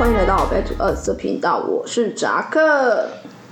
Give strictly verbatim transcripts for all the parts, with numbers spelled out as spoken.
欢迎来到Back to Us 的频道，我是扎克。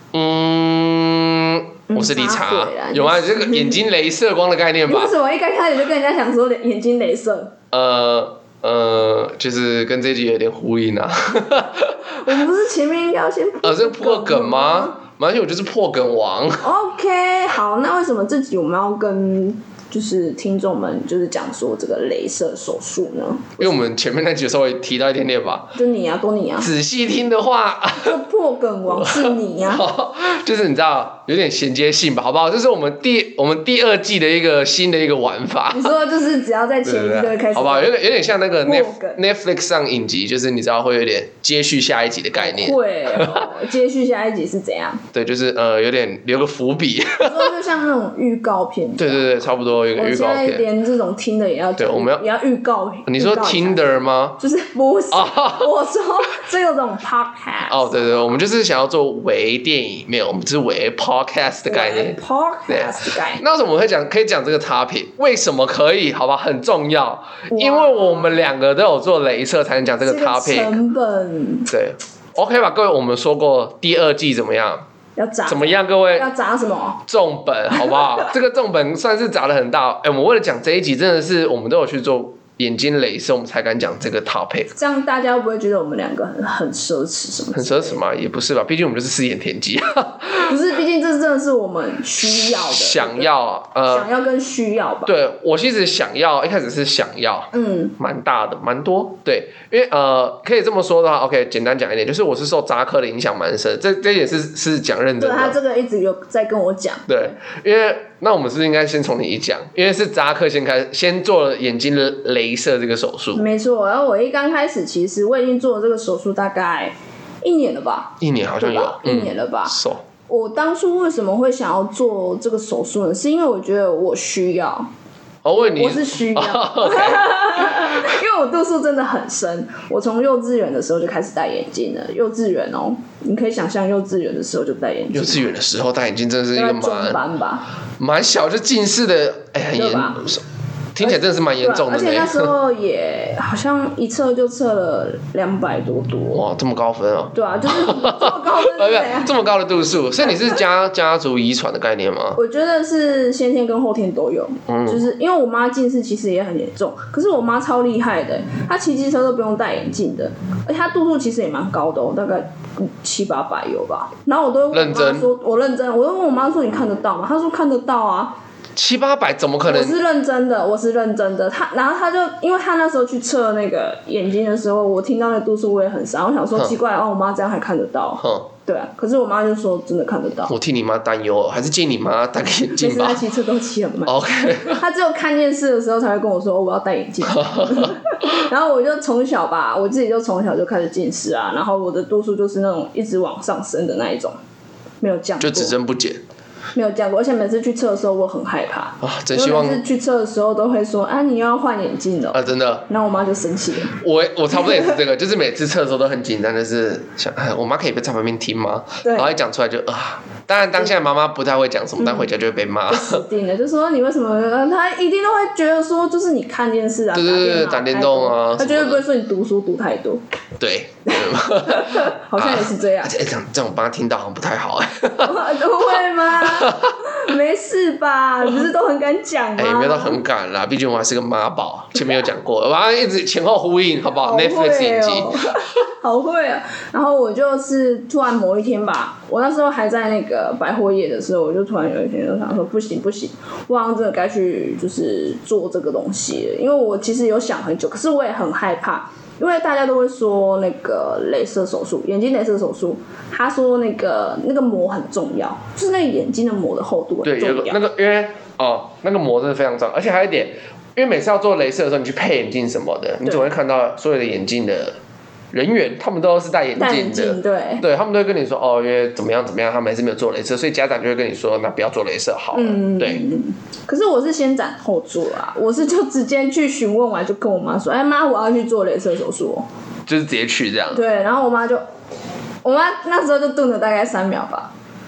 嗯，我是理查。有吗？这个眼睛雷射光的概念吧？ 你为什么一开始就跟人家讲说眼睛雷射？ 呃呃，就是跟这一集有点呼应啊。 我们不是前面应该要先破呃，这破梗吗？没关系，我就是破梗王。 OK， 好，那为什么这集我们要跟就是听众们就是讲说这个雷射手术呢？ 因为我们前面那集稍微提到一点点吧。 就你啊，多你啊。 仔细听的话， 这破梗王是你啊。 就是你知道有点衔接性吧，好不好？这是我们第我们第二季的一个新的一个玩法。 你说就是只要在前一季就会开始， 好不好？有点有点像那个 Netflix 上影集，就是你知道会有点接续下一集的概念。 会、哦，接续下一集是怎样？ 对，就是呃有点留个伏笔。 说就像那种预告片。 对对对，差不多有个预告片。 我现在连这种听的也要对，我们要也要预告。 你说 Tinder 吗？ 就是不是，哦、我说这有种 podcast。 哦，对对，我们就是想要做微电影，没有，我们是微 podcast 的概念。 podcast 的概念。 那为什么我会讲可以讲这个 topic？ 为什么可以？好吧，很重要，因为我们两个都有做雷射才能讲这个 topic。 这个成本。 对 ，OK 吧，各位，我们说过第二季怎么样？ 要砸怎么样，各位？ 要砸什么？ 重本，好不好？这个重本算是砸得很大。哎，我们为了讲这一集，真的是我们都有去做眼睛雷射，我们才敢讲这个 topic。 这样大家会不会觉得我们两个很很奢侈什么？ 很奢侈吗？也不是吧，毕竟我们就是四眼田鸡。 不是，毕竟这真的是我们需要的， 想要呃， 想要跟需要吧。 对，我其实想要，一开始是想要，嗯，蛮大的，蛮多，对，因为呃，可以这么说的话 ，OK， 简单讲一点，就是我是受扎克的影响蛮深，这这也是是讲认真的。 对，他这个一直有在跟我讲。 对，因为那我们是不是应该先从你讲？因为是扎克先开，先做了眼睛雷射这个手术。 没错，然后我一刚开始，其实我已经做了这个手术大概一年了吧？ 一年好像有， 一年了吧？ 是、嗯。 我当初为什么会想要做这个手术呢？是因为我觉得我需要。 哦，问你， 我是需要， 哦 okay、 因为我度数真的很深。我从幼稚园的时候就开始戴眼镜了。幼稚园哦，你可以想象幼稚园的时候就戴眼镜。 幼稚园的时候戴眼镜真的是一个蛮蛮小就近视的，哎、欸，很严重。听起来真的是蛮严重的， 而且那时候也好像一测就测了两百多度。 哇，这么高分哦！ 对啊，就是这么高分是这么高的度数，所以你是家家族遗传的概念吗？ 我觉得是先天跟后天都有，嗯、就是因为我妈近视其实也很严重，可是我妈超厉害的，她骑机车都不用戴眼镜的，而且她度数其实也蛮高的哦，大概七八百有吧。然后我都问我妈说，我认真，我都问我妈说你看得到吗？她说看得到啊。 七八百怎么可能？ 我是认真的，我是认真的。他，然后他就，因为他那时候去测那个眼睛的时候，我听到那度数我也很傻，我想说奇怪哦，我妈这样还看得到。对啊，可是我妈就说真的看得到。 我替你妈担忧，还是建议你妈戴个眼镜吧。 每次她骑车都骑很慢。 OK。 她只有看电视的时候才会跟我说、哦、我要戴眼镜。然后我就从小吧，我自己就从小就开始近视啊，然后我的度数就是那种一直往上升的那一种，没有降过。 就只增不减。 没有降过，而且每次去测的时候我很害怕啊，真希望每次去测的时候都会说啊，你又要换眼镜了啊，真的。 然后我妈就生气了。 我我差不多也是这个，就是每次测的时候都很紧张，就是想，我妈可以在旁边听吗？然后一讲出来就啊，当然当下妈妈不太会讲什么，但回家就会被骂。 就死定了，就说你为什么？她一定都会觉得说，就是你看电视啊， 对对对，打电动啊， 她绝对不会说你读书读太多。 对， 好像也是这样。 哎、啊，这样这样我帮她听到好像不太好哎。 会吗？没事吧？你不是都很敢讲吗？ 哎、欸，没有到很敢啦，毕竟我还是个妈宝，前面有讲过，我要一直前后呼应，好不好？ 好 Netflix 影集， 好会啊！然后我就是突然某一天吧，我那时候还在那个百货业的时候，我就突然有一天就想说，不行不行，我好像真的该去就是做这个东西了，因为我其实有想很久，可是我也很害怕。因为大家都会说那个雷射手术，眼睛雷射手术，他说那个那个膜很重要，就是那个眼睛的膜的厚度很重要。 对，有个那个因为哦，那个膜真的非常重要，而且还有一点，因为每次要做雷射的时候，你去配眼镜什么的，你总会看到所有的眼镜的人员，他们都是戴眼镜的， 戴眼镜对， 对他们都会跟你说哦，因为怎么样怎么样，他们还是没有做雷射，所以家长就会跟你说，那不要做雷射好了，嗯、对。 可是我是先斩后奏啊，我是就直接去询问完，就跟我妈说，哎妈，我要去做雷射手术、哦， 就是直接去这样。 对，然后我妈就，我妈那时候就顿了大概三秒吧。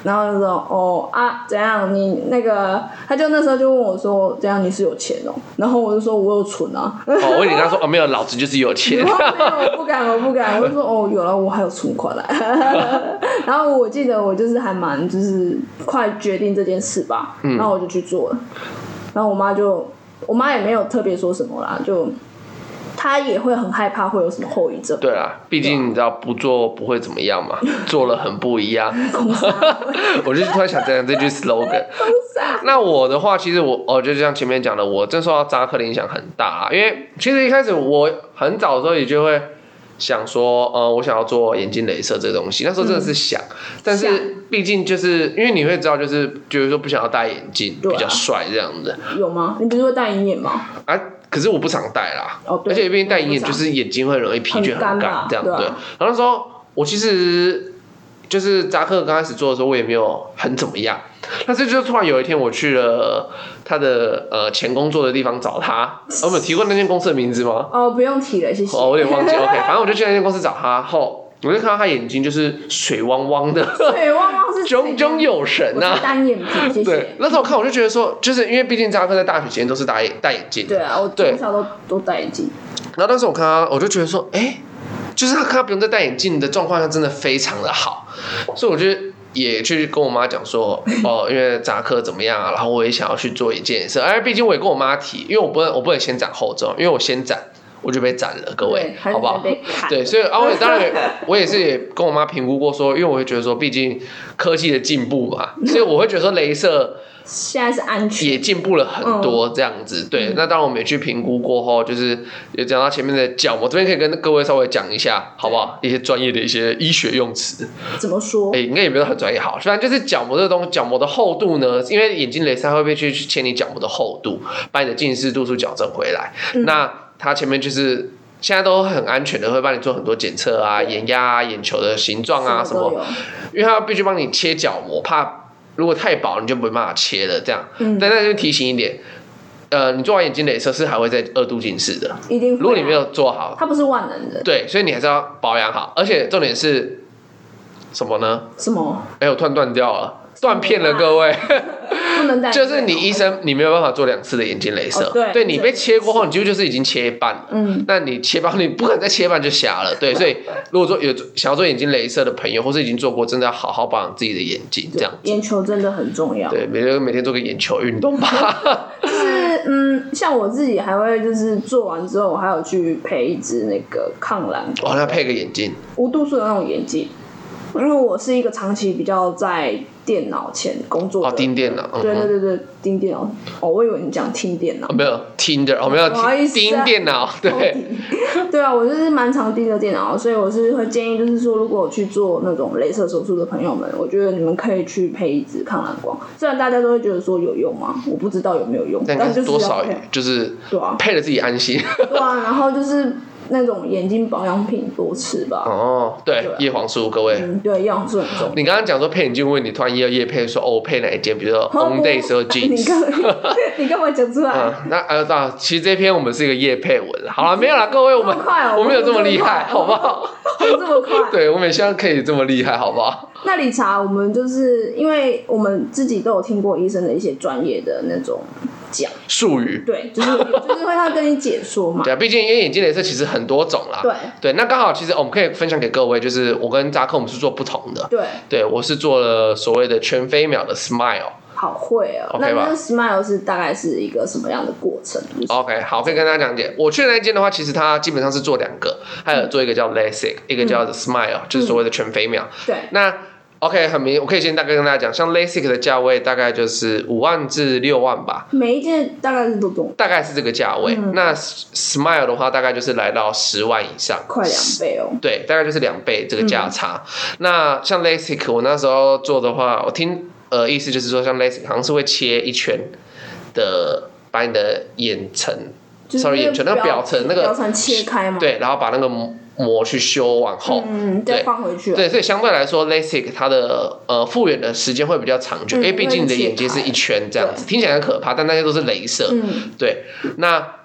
然后就说哦啊怎样你那个，他就那时候就问我说怎样你是有钱哦，然后我就说我有存啊。 哦，我以为你刚说哦没有，老子就是有钱。 没有，我不敢，我不敢，我就说哦有了，我还有存款来。然后我记得我就是还蛮就是快决定这件事吧，嗯、然后我就去做了，然后我妈就我妈也没有特别说什么啦，就。他也会很害怕会有什么后遗症。 对啦，毕竟你知道不做不会怎么样嘛，做了很不一样。我就突然想讲这句 slogan。那我的话，其实我哦，就像前面讲的，我真受到扎克的影响很大啊。因为其实一开始我很早的时候也就会想说，呃，我想要做眼睛雷射这个东西。那时候真的是想，嗯、但是毕竟就是因为你会知道，就是觉得说不想要戴眼镜、啊、比较帅这样子。 有吗？你不是会戴隐眼吗？ 啊。可是我不常戴啦， 哦、 而且毕竟戴隐眼就是眼睛会容易疲倦很干这样对、啊。然后那时候我其实就是扎克刚开始做的时候，我也没有很怎么样，但是就突然有一天我去了他的呃前工作的地方找他，我有提过那间公司的名字吗？ 哦，不用提了，谢谢。 哦，我有点忘记。OK， 反正我就去那间公司找他后。我就看到他眼睛就是水汪汪的， 水汪汪是炯炯有神呐、啊， 单眼皮，谢谢。 对，那时候我看我就觉得说，就是因为毕竟扎克在大学期间都是戴戴眼镜， 对啊，我从小都都戴眼镜。 然后当时我看他，我就觉得说，哎、欸，就是他看他不用再戴眼镜的状况下，真的非常的好，所以我就也去跟我妈讲说，哦，因为扎克怎么样啊，然后我也想要去做眼镜色，哎，毕竟我也跟我妈提，因为我不能我不能先斩后奏，因为我先斩。我就被斩了，各位，好不好？对，所以啊，我也当然，我也是也跟我妈评估过说，因为我会觉得说，毕竟科技的进步嘛，所以我会觉得说，雷射现在是安全， 也进步了很多这样子。嗯、对，那当然我们也去评估过后，就是也讲到前面的角膜，这边可以跟各位稍微讲一下，好不好？一些专业的一些医学用词。 怎么说？ 哎、欸，应该也没有很专业，好，虽然就是角膜这个东西，角膜的厚度呢，因为眼睛雷射会不会去去切你角膜的厚度，把你的近视度数矫正回来？嗯、那它前面就是现在都很安全的，会帮你做很多检测啊，眼压啊、眼球的形状啊什么，因为它必须帮你切角膜，怕如果太薄你就没办法切了这样。嗯、但那就提醒一点，呃，你做完眼睛雷射是还会再二度近视的， 一定会、啊。 如果你没有做好， 它不是万能的。 对，所以你还是要保养好，而且重点是什么呢？ 什么？ 哎、欸，我突然断掉了。断片了，各位， 不能戴。 就是你医生，你没有办法做两次的眼睛雷射、哦。对，对你被切过后，你几乎就是已经切半了。嗯，那你切半，你不可能再切半就瞎了。对，所以如果说有想要做眼睛雷射的朋友，或是已经做过，真的要好好保养自己的眼睛，这样子。 眼球真的很重要。 对，每天每天做个眼球运动吧。 就是嗯，像我自己还会就是做完之后，我还有去配一支那个抗蓝光。 哦，要配个眼镜， 无度数的那种眼镜。因为我是一个长期比较在电脑前工作的， 哦，盯电脑， 嗯、对对对对，盯电脑。哦，我以为你讲听电脑， 哦、没有听的，哦，没有听盯电脑，对， 对啊，我就是蛮常盯着电脑，所以我是会建议，就是说，如果我去做那种雷射手术的朋友们，我觉得你们可以去配一支抗蓝光。虽然大家都会觉得说有用吗？我不知道有没有用，但就是多少就是对啊，配了自己安心。 对啊，然后就是。那种眼睛保养品多吃吧。 哦，对，叶黄素，各位。 嗯，对，叶黄素很重要。 你刚刚讲说配眼镜，问你突然要业配说哦，配哪一件？比如说 On Day 时候 jeans。 你干嘛？你干嘛讲出来？ 嗯，那呃，啊，其实这篇我们是一个业配文，好了，没有啦，各位，我们我们有这么厉害，好不好？ 这么快？ 对，我们也希望可以这么厉害，好不好？ 那理查，我们就是因为我们自己都有听过医生的一些专业的那种讲术语， 对，就是就是会他跟你解说嘛。 对啊，毕竟因为眼睛雷射其实很多种啦。 对对，那刚好其实我们可以分享给各位，就是我跟扎克我们是做不同的。 对对，我是做了所谓的全飞秒的 Smile。 好会哦、喔 okay 那那 Smile 是大概是一个什么样的过程 ？OK， 好，可以跟大家讲解。我去的那间的话，其实它基本上是做两个，还有做一个叫 LASIK，、嗯、一个叫 Smile，、嗯、就是所谓的全飞秒。 对， 那 OK 很明，我可以先大概跟大家讲，像 LASIK 的价位大概就是五万至六万吧。 每一件大概是多多？ 大概是这个价位。嗯、那 Smile 的话，大概就是来到十万以上， 快两倍哦。 对，大概就是两倍这个价差。嗯、那像 LASIK， 我那时候做的话，我听。呃，意思就是说，像 LASIK 好像是会切一圈的，把你的眼层 ，sorry 眼球那个表层那个表层切开嘛， 对，然后把那个膜去修往后， 嗯，再放回去。 对，所以相对来说 ，LASIK 它的呃复原的时间会比较长久，因为毕竟你的眼睛是一圈这样子，听起来很可怕，但那些都是雷射。嗯，对。那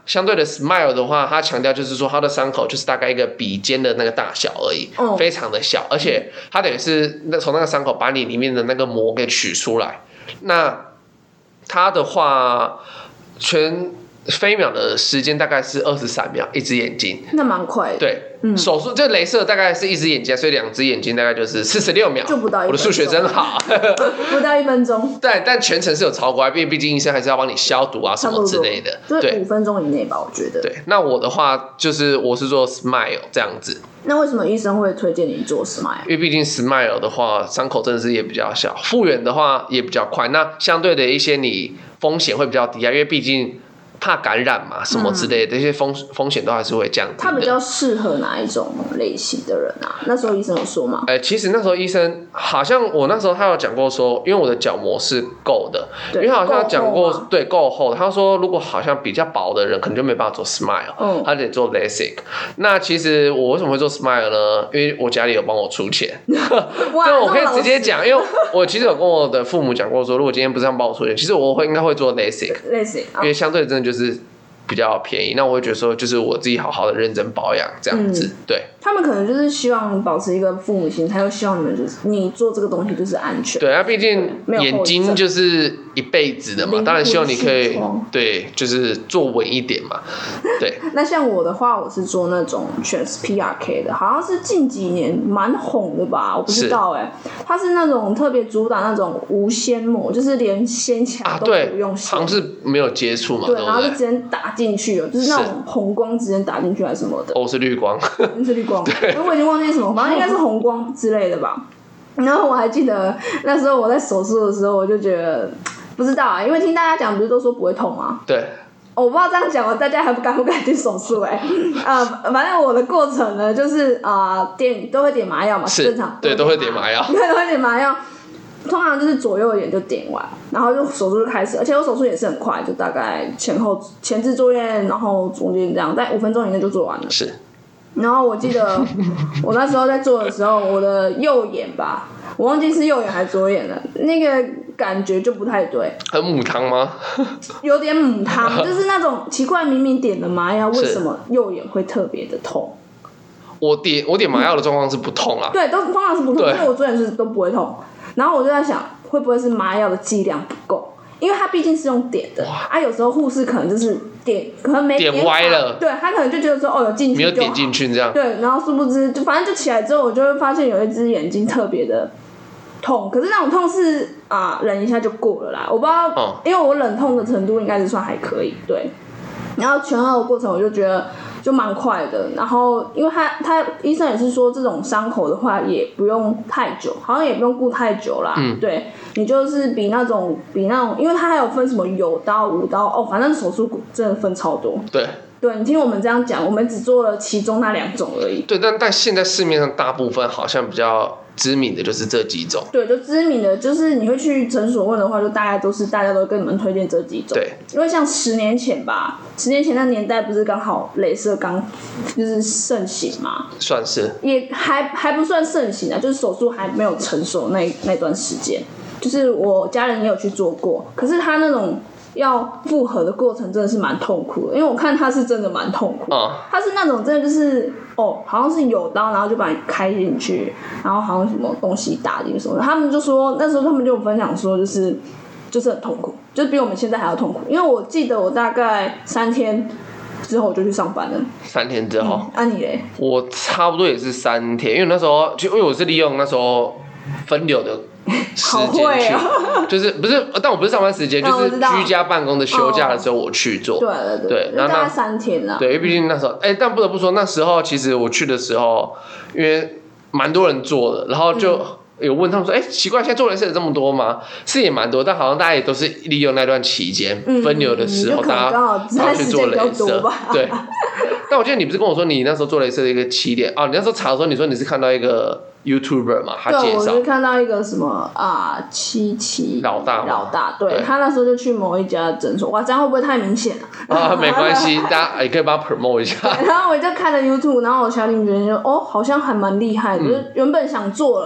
相对的 Smile 的话，它强调就是说它的伤口就是大概一个笔尖的那个大小而已，哦、非常的小，而且它等于是那从那个伤口把你里面的那个膜给取出来。那它的话，全飞秒的时间大概是二十三秒，一只眼睛，那蛮快的。 对。嗯、手术这雷射大概是一只眼睛，所以两只眼睛大概就是四十六秒， 就不到一分钟。 我的数学真好， 不到一分钟。 但但全程是有超过，因为毕竟医生还是要帮你消毒啊什么之类的。 对，五分钟以内吧，我觉得。 对，那我的话就是我是做 Smile 这样子。 那为什么医生会推荐你做 Smile？ 因为毕竟 Smile 的话，伤口真的是也比较小，复原的话也比较快。那相对的一些你风险会比较低啊，因为毕竟。怕感染嘛，什么之类的，这、嗯、些风风险都还是会降低的。 他比较适合哪一种类型的人啊？那时候医生有说吗？ 哎、欸，其实那时候医生好像我那时候他有讲过说，因为我的角膜是够的，因为好像讲过对够厚。他说如果好像比较薄的人，可能就没办法做 Smile，、嗯、他得做 LASIK。那其实我为什么会做 Smile 呢？因为我家里有帮我出钱，这我可以直接讲，因为我其实有跟我的父母讲过说，如果今天不是他们帮我出钱，其实我会应该会做 LASIK，LASIK， 因为相对真的就。就是比较便宜，那我会觉得说，就是我自己好好的认真保养这样子，嗯、对。 他们可能就是希望你保持一个父母心，他又希望你们就是你做这个东西就是安全。 对啊，毕竟眼睛就是一辈子的嘛，当然希望你可以对，就是做稳一点嘛。对。 那像我的话，我是做那种全是 P R K 的，好像是近几年蛮红的吧，我不知道哎、欸。它是那种特别主打那种无纤膜，就是连掀起来都不用掀、 啊，好像是没有接触嘛， 对， 对， 然后就直接打进去了，就是那种红光直接打进去还是什么的。 哦，是绿光。 是绿光。因为我已经忘记什么，反正应该是红光之类的吧。然后我还记得那时候我在手术的时候，我就觉得不知道啊，因为听大家讲不是都说不会痛吗？ 对。 我不知道这样讲，大家还不敢不敢去手术哎、欸。啊、呃，反正我的过程呢，就是啊、呃，点都会点麻药嘛，正常。 对，都会点麻药。 对，都会点麻药。通常就是左右眼就点完，然后就手术就开始，而且我手术也是很快，就大概前后前置作业，然后中间这样，在五分钟以内就做完了。 是。 然后我记得我那时候在做的时候，我的右眼吧，我忘记是右眼还是左眼了，那个感觉就不太对。 很母汤吗？ 有点母汤，就是那种奇怪，明明点了麻药，为什么右眼会特别的痛？ 我点我点麻药的状况是不痛啦。 对，都通常是不痛，因为我左眼是都不会痛。然后我就在想，会不会是麻药的剂量不够？因为它毕竟是用点的啊，有时候护士可能就是点，可能没点, 点歪了， 对他可能就觉得说哦有进去就好， 没有点进去这样， 对，然后殊不知就反正就起来之后，我就会发现有一只眼睛特别的痛，可是那种痛是啊忍一下就过了啦，我不知道，哦、因为我忍痛的程度应该是算还可以，对，然后全二的过程我就觉得。就蛮快的，然后因为他他医生也是说这种伤口的话也不用太久，好像也不用顾太久啦。嗯，对，你就是比那种比那种，因为他还有分什么有刀无刀哦，反正手术真的分超多。 对， 对你听我们这样讲，我们只做了其中那两种而已。 对，但但现在市面上大部分好像比较知名的就是这几种。 对，就知名的，就是你会去诊所问的话，就大概都是大家都跟你们推荐这几种。 对， 因为像十年前吧，十年前那年代不是刚好雷射刚就是盛行嘛， 算是， 也还还不算盛行啊，就是手术还没有成熟那那段时间，就是我家人也有去做过，可是他那种。要复合的过程真的是蛮痛苦的，因为我看他是真的蛮痛苦的，哦、他是那种真的就是哦，好像是有刀，然后就把你开进去，然后好像什么东西打进去什么的。他们就说那时候他们就有分享说，就是就是很痛苦，就比我们现在还要痛苦。因为我记得我大概三天之后我就去上班了。三天之后？ 嗯、啊你嘞？ 我差不多也是三天，因为那时候就因为我是利用那时候分流的。时间去，哦、就是不是，但我不是上班时间，就是居家办公的休假的时候我去做。 对对对，然后大概三天了。 对，因为毕竟那时候，哎、欸，但不得不说，那时候其实我去的时候，因为蛮多人做的，然后就有问他们说，哎、欸，奇怪，现在做雷射有这么多吗？是也蛮多，但好像大家也都是利用那段期间、嗯、分流的时候，大家才去做雷射。对。但我记得你不是跟我说你那时候做雷射的一个起点哦？你那时候查的时候，你说你是看到一个 YouTuber 嘛，他介绍。 对，我是看到一个什么啊，七七老大老大，对, 对他那时候就去某一家诊所，哇，这样会不会太明显了？ 啊，没关系，大家也可以帮他 promote 一下。 对，然后我就看了 YouTube， 然后我小林觉得就哦，好像还蛮厉害的，嗯、就是原本想做了。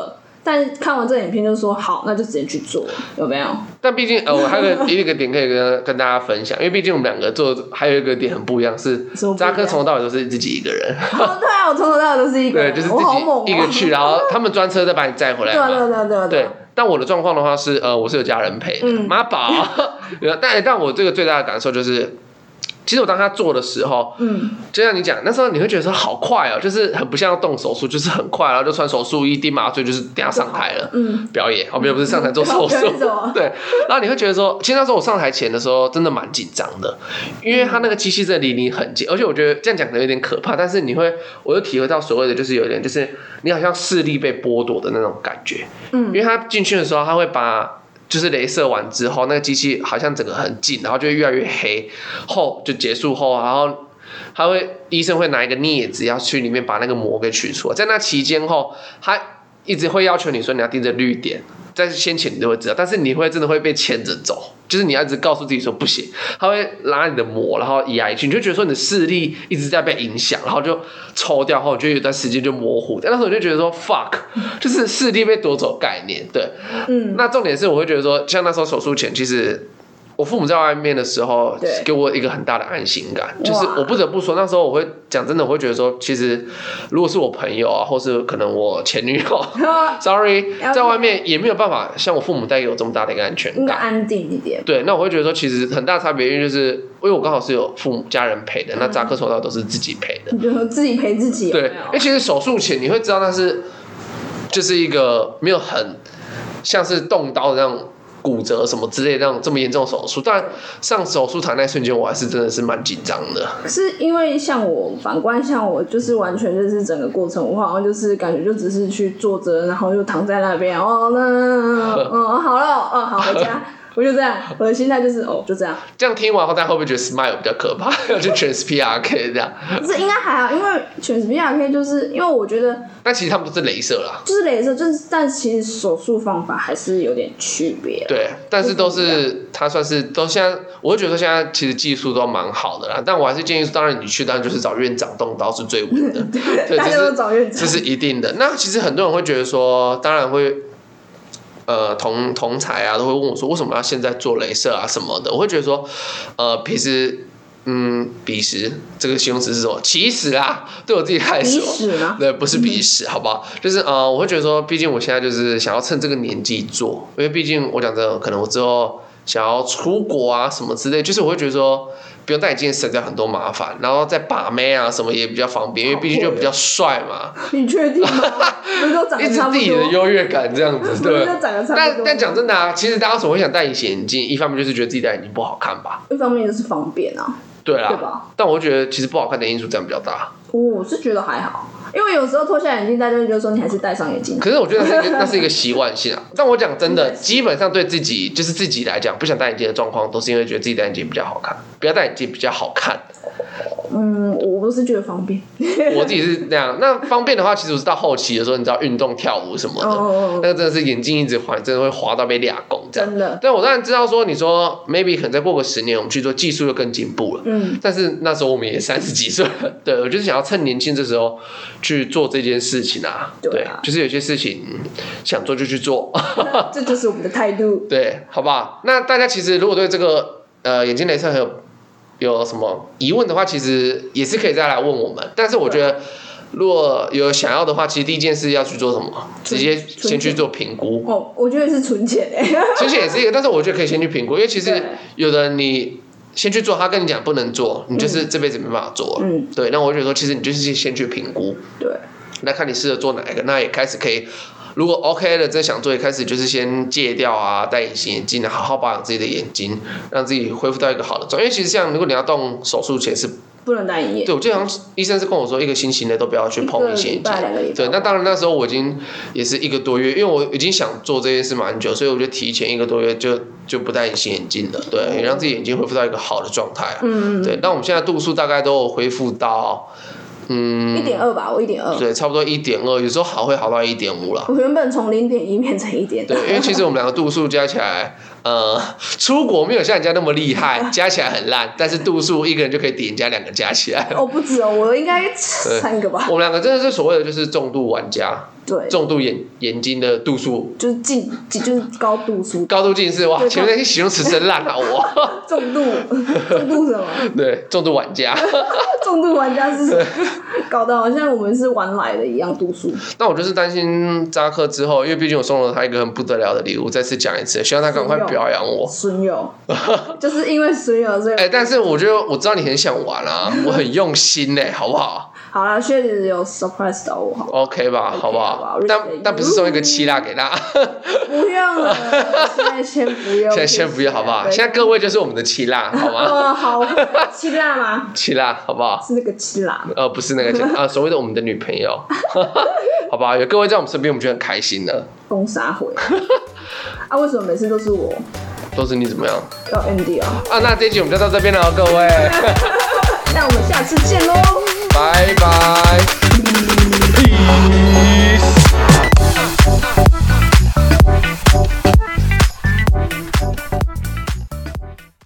但看完这影片就说好，那就直接去做，有没有？ 但毕竟呃，我还有一个点可以跟跟大家分享，因为毕竟我们两个做还有一个点很不一样，是扎克从头到尾都是自己一个人。 哦，对啊，我从头到尾都是一个人， 对，就是自己一个去，然后他们专车再把你载回来嘛。 对对对对对。但我的状况的话是，呃，我是有家人陪的，妈宝。但但我这个最大的感受就是。其实我当他做的时候，嗯，就像你讲，那时候你会觉得说好快哦，就是很不像要动手术，就是很快，然后就穿手术衣、钉麻醉，就是等下上台了，嗯，表演，哦，没有，不是上台做手术，对。然后你会觉得说，其实那时候我上台前的时候真的蛮紧张的，因为他那个机器真的离你很近，而且我觉得这样讲可能有点可怕，但是你会，我就体会到所谓的就是有点就是你好像视力被剥夺的那种感觉，嗯，因为他进去的时候他会把。就是雷射完之后，那个机器好像整个很近，然后就会越来越黑，后就结束后，然后他会医生会拿一个镊子要去里面把那个膜给取出来，在那期间后，他一直会要求你说你要盯着绿点，在先前你都会知道，但是你会真的会被牵着走，就是你要一直告诉自己说不行，他会拉你的膜，然后移来移去，你就觉得说你的视力一直在被影响，然后就抽掉后，就有一段时间就模糊。但那时候我就觉得说 fuck， 就是视力被夺走概念，对，嗯，那重点是我会觉得说，像那时候手术前，其实。我父母在外面的时候，给我一个很大的安心感，就是我不得不说，那时候我会讲真的，我会觉得说，其实如果是我朋友啊，或是可能我前女友，sorry， 在外面也没有办法像我父母带给我这么大的一个安全感， 应该安定一点。 对，那我会觉得说，其实很大差别，因为就是因为我刚好是有父母家人陪的，那扎克手套都是自己陪的， 你就自己陪自己有没有？ 对，因为其实手术前你会知道那是就是一个没有很像是动刀的那种。骨折什么之类的那种这么严重的手术，但上手术台那瞬间，我还是真的是蛮紧张的。 是因为像我反观像我，就是完全就是整个过程，我好像就是感觉就只是去坐着，然后就躺在那边，哦，那嗯好了，哦好回家。我就这样，我的心态就是哦，就这样。 这样听完后，大家会不会觉得 Smile 比较可怕？要去全 S P R K 这样？ 不是，应该还好，因为全 S P R K 就是因为我觉得， 但其实他们都是雷射啦， 就是雷射，就是但其实手术方法还是有点区别。 对，但是都是它算是都现在，我会觉得现在其实技术都蛮好的啦。但我还是建议，当然你去当然就是找院长动刀是最稳的， 对，大家都找院长， 这是一定的。那其实很多人会觉得说，当然会。呃，同同才啊，都会问我说，为什么要现在做雷射啊什么的？我会觉得说，呃，平时，嗯，彼时这个形容词是什么？其实啦，对我自己来说，对，不是彼时，好不好？就是呃，我会觉得说，毕竟我现在就是想要趁这个年纪做，因为毕竟我讲真的，可能我之后想要出国啊什么之类，就是我会觉得说。不用戴眼镜省掉很多麻烦，然后再把妹啊什么也比较方便，因为毕竟就比较帅嘛。 你确定吗？不是都长得差不多？ 一直自己的优越感这样子，对。但但讲真的啊，其实大家为什么会想戴隐形眼镜？一方面就是觉得自己戴眼镜不好看吧， 一方面就是方便啊。 对啦， 对吧？ 但我觉得其实不好看的因素这样比较大。 我是觉得还好。因为有时候脱下眼镜，大家就觉得说你还是戴上眼镜。 可是我觉得那是一个那是一个习惯性啊。但我讲真的，基本上对自己就是自己来讲，不想戴眼镜的状况，都是因为觉得自己戴眼镜比较好看，不要戴眼镜比较好看。 嗯，我不是觉得方便。 我自己是那样。那方便的话，其实我是到后期的时候，你知道运动跳舞什么的，哦、那个真的是眼镜一直滑，真的会滑到被俩拱这样。 真的。 但我当然知道说，你说 maybe 可能再过个十年，我们去做技术又更进步了。嗯。但是那时候我们也三十几岁了，对我就是想要趁年轻这时候去做这件事情啊。对啊。就是有些事情想做就去做。 这就是我们的态度。 对，好不好？那大家其实如果对这个呃眼睛雷射很有有什么疑问的话，其实也是可以再来问我们。但是我觉得，如果有想要的话，其实第一件事要去做什么？直接先去做评估。 哦，我觉得是存钱诶。 存钱也是一个，但是我觉得可以先去评估，因为其实有的你先去做，他跟你讲不能做，你就是这辈子没办法做了。嗯，对。那我觉得说，其实你就是先去评估。 对。 那看你适合做哪一个，那也开始可以。如果 OK 了，真想做，一开始就是先戒掉啊，戴隐形眼镜啊，好好保养自己的眼睛，让自己恢复到一个好的状态。因为其实像如果你要动手术前是不能戴眼镜， 对我记得好像医生是跟我说，一个星期内都不要去碰隐形眼镜。对，那当然那时候我已经也是一个多月，因为我已经想做这件事蛮久，所以我就提前一个多月就就不戴隐形眼镜了，对，也让自己眼睛恢复到一个好的状态。嗯嗯。对，那我们现在度数大概都有恢复到。嗯， 一点二吧，我一点二， 对，差不多一点二，有时候好会好到一点五了。 我原本从零点一变成一点二， 对，因为其实我们两个度数加起来，呃，出国没有像人家那么厉害，加起来很烂，但是度数一个人就可以抵人家两个加起来。 哦，不止哦，我应该三个吧。 我们两个真的是所谓的就是重度玩家。 对， 重度眼眼睛的度数就是近，就是高度数， 高度近视哇！前面那些形容词真烂啊，我重度重度什么？ 对，重度玩家。 重度玩家是什么？搞得好像我们是玩来的一样度数。 那我就是担心扎克之后，因为毕竟我送了他一个很不得了的礼物，再次讲一次，希望他赶快表扬我。 损友，就是因为损友所以。 哎、欸，但是我觉得我知道你很想玩啊，我很用心呢、欸，好不好？ 好啦，确实有 surprise 到我，好 ，OK 吧， okay, 好不好？好但但不是送一个七辣给他， 不用了，现在先不用， 现在先不要，好不好？现在各位就是我们的七辣，好吗？ 哦，好，七辣吗？ 七辣，好不好？ 是那个七辣， 呃，不是那个七啊，所谓的我们的女朋友，好不好？有各位在我们身边，我们就很开心了。 攻杀回啊？为什么每次都是我？ 都是你怎么样？ 要 Andy 啊？ 啊，那这一集我们就到这边了，各位。 那我们下次见喽。 拜拜。